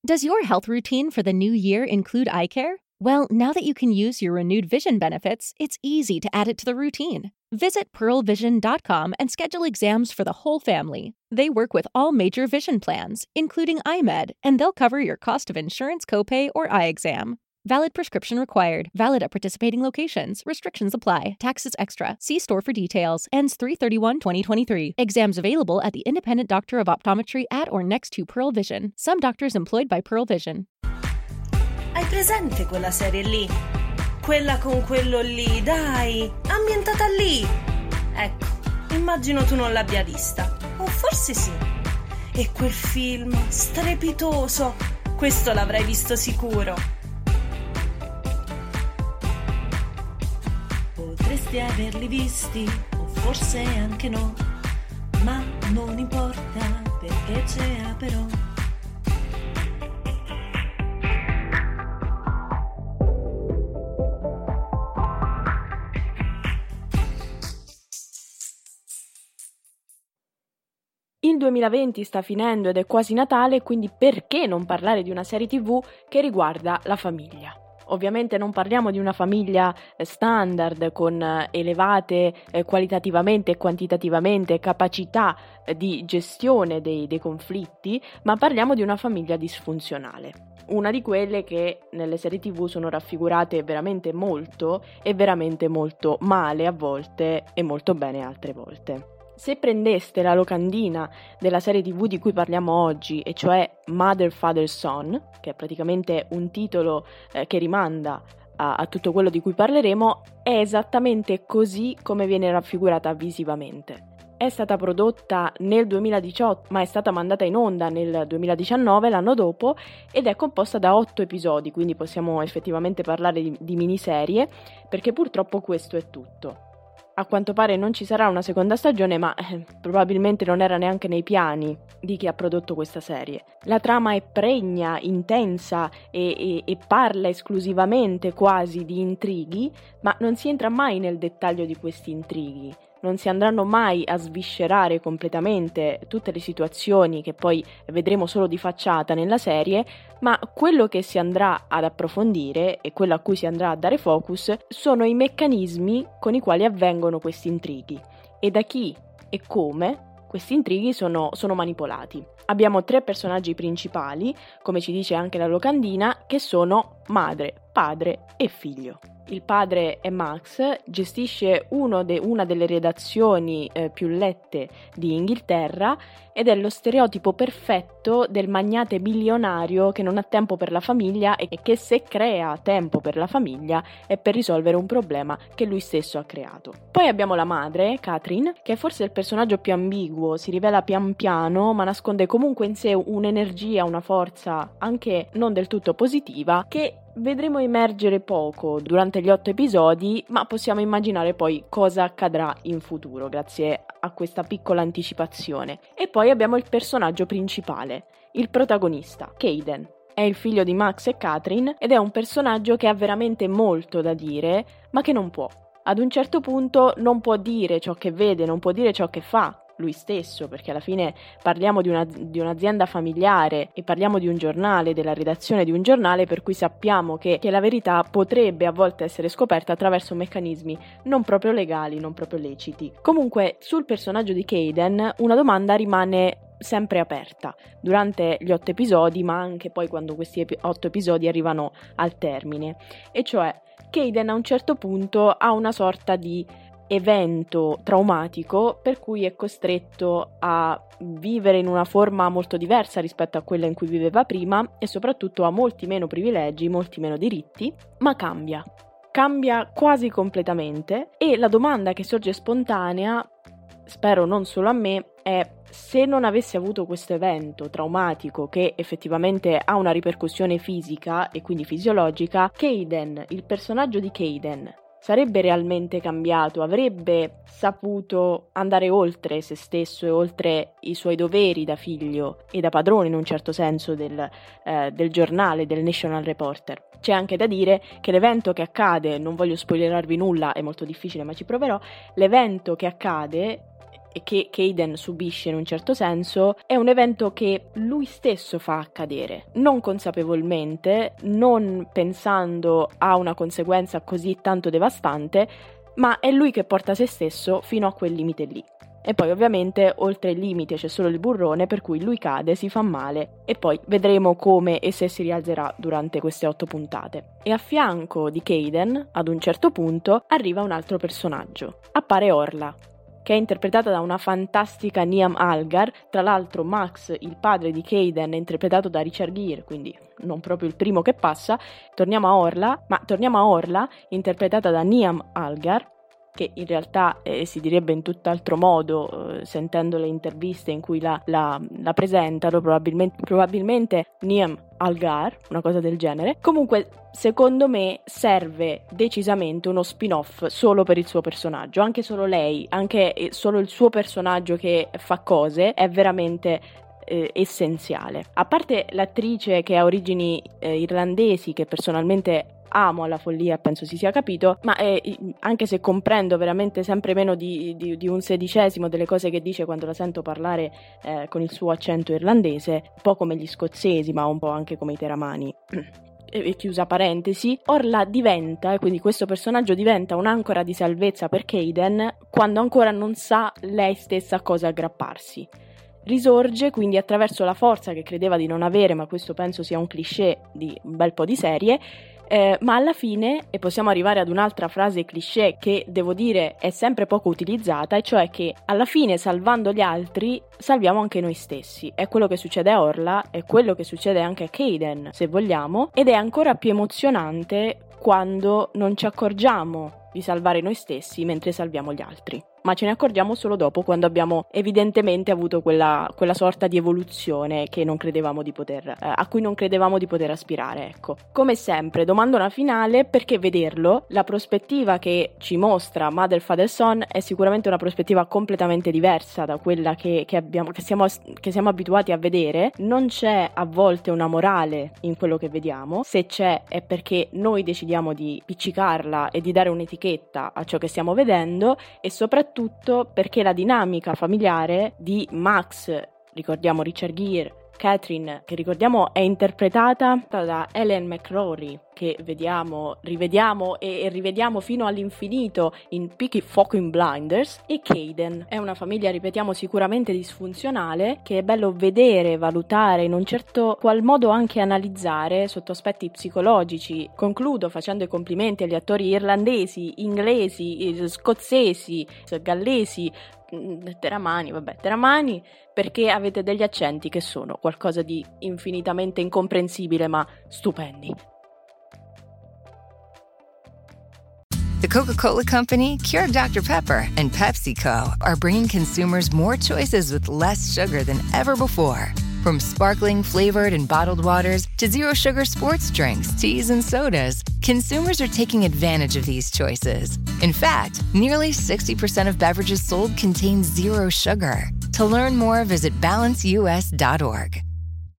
Does your health routine for the new year include eye care? Well, now that you can use your renewed vision benefits, it's easy to add it to the routine. Visit pearlvision.com and schedule exams for the whole family. They work with all major vision plans, including iMed, and they'll cover your cost of insurance copay or eye exam. Valid prescription required. Valid at participating locations. Restrictions apply. Taxes extra. See store for details. Ends 3/31/2023. Exams available at the independent doctor of optometry at or next to Pearl Vision. Some doctors employed by Pearl Vision. Hai presente quella serie lì? Quella con quello lì, dai, ambientata lì. Ecco, immagino tu non l'abbia vista. O forse sì. E quel film strepitoso. Questo l'avrai visto sicuro. Potresti averli visti, o forse anche no, ma non importa perché c'è però. Il 2020 sta finendo ed è quasi Natale, quindi perché non parlare di una serie TV che riguarda la famiglia? Ovviamente non parliamo di una famiglia standard con elevate qualitativamente e quantitativamente capacità di gestione dei conflitti, ma parliamo di una famiglia disfunzionale. Una di quelle che nelle serie TV sono raffigurate veramente molto e veramente molto male a volte e molto bene altre volte. Se prendeste la locandina della serie TV di cui parliamo oggi, e cioè Mother, Father, Son, che è praticamente un titolo che rimanda a tutto quello di cui parleremo, è esattamente così come viene raffigurata visivamente. È stata prodotta nel 2018, ma è stata mandata in onda nel 2019, l'anno dopo, ed è composta da 8 episodi, quindi possiamo effettivamente parlare di miniserie, perché purtroppo questo è tutto. A quanto pare non ci sarà una seconda stagione, ma probabilmente non era neanche nei piani di chi ha prodotto questa serie. La trama è pregna, intensa e parla esclusivamente quasi di intrighi, ma non si entra mai nel dettaglio di questi intrighi. Non si andranno mai a sviscerare completamente tutte le situazioni che poi vedremo solo di facciata nella serie, ma quello che si andrà ad approfondire e quello a cui si andrà a dare focus sono i meccanismi con i quali avvengono questi intrighi e da chi e come questi intrighi sono manipolati. Abbiamo 3 personaggi principali, come ci dice anche la locandina, che sono madre, padre e figlio. Il padre è Max, gestisce una delle redazioni più lette di Inghilterra ed è lo stereotipo perfetto del magnate milionario che non ha tempo per la famiglia e che se crea tempo per la famiglia è per risolvere un problema che lui stesso ha creato. Poi abbiamo la madre, Catherine, che è forse il personaggio più ambiguo, si rivela pian piano ma nasconde comunque in sé un'energia, una forza anche non del tutto positiva che vedremo emergere poco durante gli 8 episodi, ma possiamo immaginare poi cosa accadrà in futuro grazie a questa piccola anticipazione. E poi abbiamo il personaggio principale, il protagonista, Caden. È il figlio di Max e Catherine ed è un personaggio che ha veramente molto da dire, ma che non può. Ad un certo punto non può dire ciò che vede, non può dire ciò che fa lui stesso, perché alla fine parliamo di un'azienda familiare e parliamo di un giornale, della redazione di un giornale, per cui sappiamo che la verità potrebbe a volte essere scoperta attraverso meccanismi non proprio legali, non proprio leciti. Comunque sul personaggio di Caden una domanda rimane sempre aperta durante gli 8 episodi, ma anche poi quando questi 8 episodi arrivano al termine, e cioè Caden a un certo punto ha una sorta di evento traumatico per cui è costretto a vivere in una forma molto diversa rispetto a quella in cui viveva prima e soprattutto ha molti meno privilegi, molti meno diritti, ma cambia quasi completamente e la domanda che sorge spontanea, spero non solo a me, è: se non avesse avuto questo evento traumatico che effettivamente ha una ripercussione fisica e quindi fisiologica, Caden, il personaggio di Caden, sarebbe realmente cambiato? Avrebbe saputo andare oltre se stesso e oltre i suoi doveri da figlio e da padrone in un certo senso del giornale, del National Reporter? C'è anche da dire che l'evento che accade, non voglio spoilerarvi nulla, è molto difficile ma ci proverò, l'evento che accade e che Caden subisce in un certo senso è un evento che lui stesso fa accadere, non consapevolmente, non pensando a una conseguenza così tanto devastante, ma è lui che porta se stesso fino a quel limite lì. E poi ovviamente oltre il limite c'è solo il burrone, per cui lui cade, si fa male e poi vedremo come e se si rialzerà durante queste 8 puntate. E a fianco di Caden, ad un certo punto, arriva un altro personaggio. Appare Orla, che è interpretata da una fantastica Niamh Algar. Tra l'altro Max, il padre di Caden, è interpretato da Richard Gere, quindi non proprio il primo che passa. Torniamo a Orla, interpretata da Niamh Algar, che in realtà si direbbe in tutt'altro modo, sentendo le interviste in cui la presentano, probabilmente Niamh Algar, una cosa del genere. Comunque, secondo me serve decisamente uno spin-off solo per il suo personaggio, anche solo lei, anche solo il suo personaggio che fa cose è veramente essenziale. A parte l'attrice che ha origini irlandesi, che personalmente amo alla follia, penso si sia capito, ma anche se comprendo veramente sempre meno di un sedicesimo delle cose che dice quando la sento parlare con il suo accento irlandese, un po' come gli scozzesi, ma un po' anche come i teramani. E chiusa parentesi, Orla diventa, e quindi questo personaggio diventa un'ancora di salvezza per Caden quando ancora non sa lei stessa a cosa aggrapparsi. Risorge quindi attraverso la forza che credeva di non avere, ma questo penso sia un cliché di un bel po' di serie, ma alla fine, e possiamo arrivare ad un'altra frase cliché che devo dire è sempre poco utilizzata, e cioè che alla fine, salvando gli altri, salviamo anche noi stessi. È quello che succede a Orla, è quello che succede anche a Caden, se vogliamo, ed è ancora più emozionante quando non ci accorgiamo di salvare noi stessi mentre salviamo gli altri. Ma ce ne accorgiamo solo dopo, quando abbiamo evidentemente avuto quella sorta di evoluzione che non credevamo di poter, a cui non credevamo di poter aspirare, ecco. Come sempre, domandona finale: perché vederlo? La prospettiva che ci mostra Mother, Father, Son è sicuramente una prospettiva completamente diversa da quella che siamo abituati a vedere. Non c'è a volte una morale in quello che vediamo, se c'è è perché noi decidiamo di piccicarla e di dare un'etichetta a ciò che stiamo vedendo, e soprattutto perché la dinamica familiare di Max, ricordiamo Richard Gere, Catherine, che ricordiamo è interpretata da Ellen McCrory, che vediamo, rivediamo e rivediamo fino all'infinito in Peaky Fucking Blinders, e Caden. È una famiglia, ripetiamo, sicuramente disfunzionale, che è bello vedere, valutare, in un certo qual modo anche analizzare sotto aspetti psicologici. Concludo facendo i complimenti agli attori irlandesi, inglesi, scozzesi, gallesi, teramani, perché avete degli accenti che sono qualcosa di infinitamente incomprensibile ma stupendi. The Coca-Cola Company, Keurig Dr. Pepper, and PepsiCo are bringing consumers more choices with less sugar than ever before. From sparkling, flavored, and bottled waters to zero-sugar sports drinks, teas, and sodas, consumers are taking advantage of these choices. In fact, nearly 60% of beverages sold contain zero sugar. To learn more, visit balanceus.org.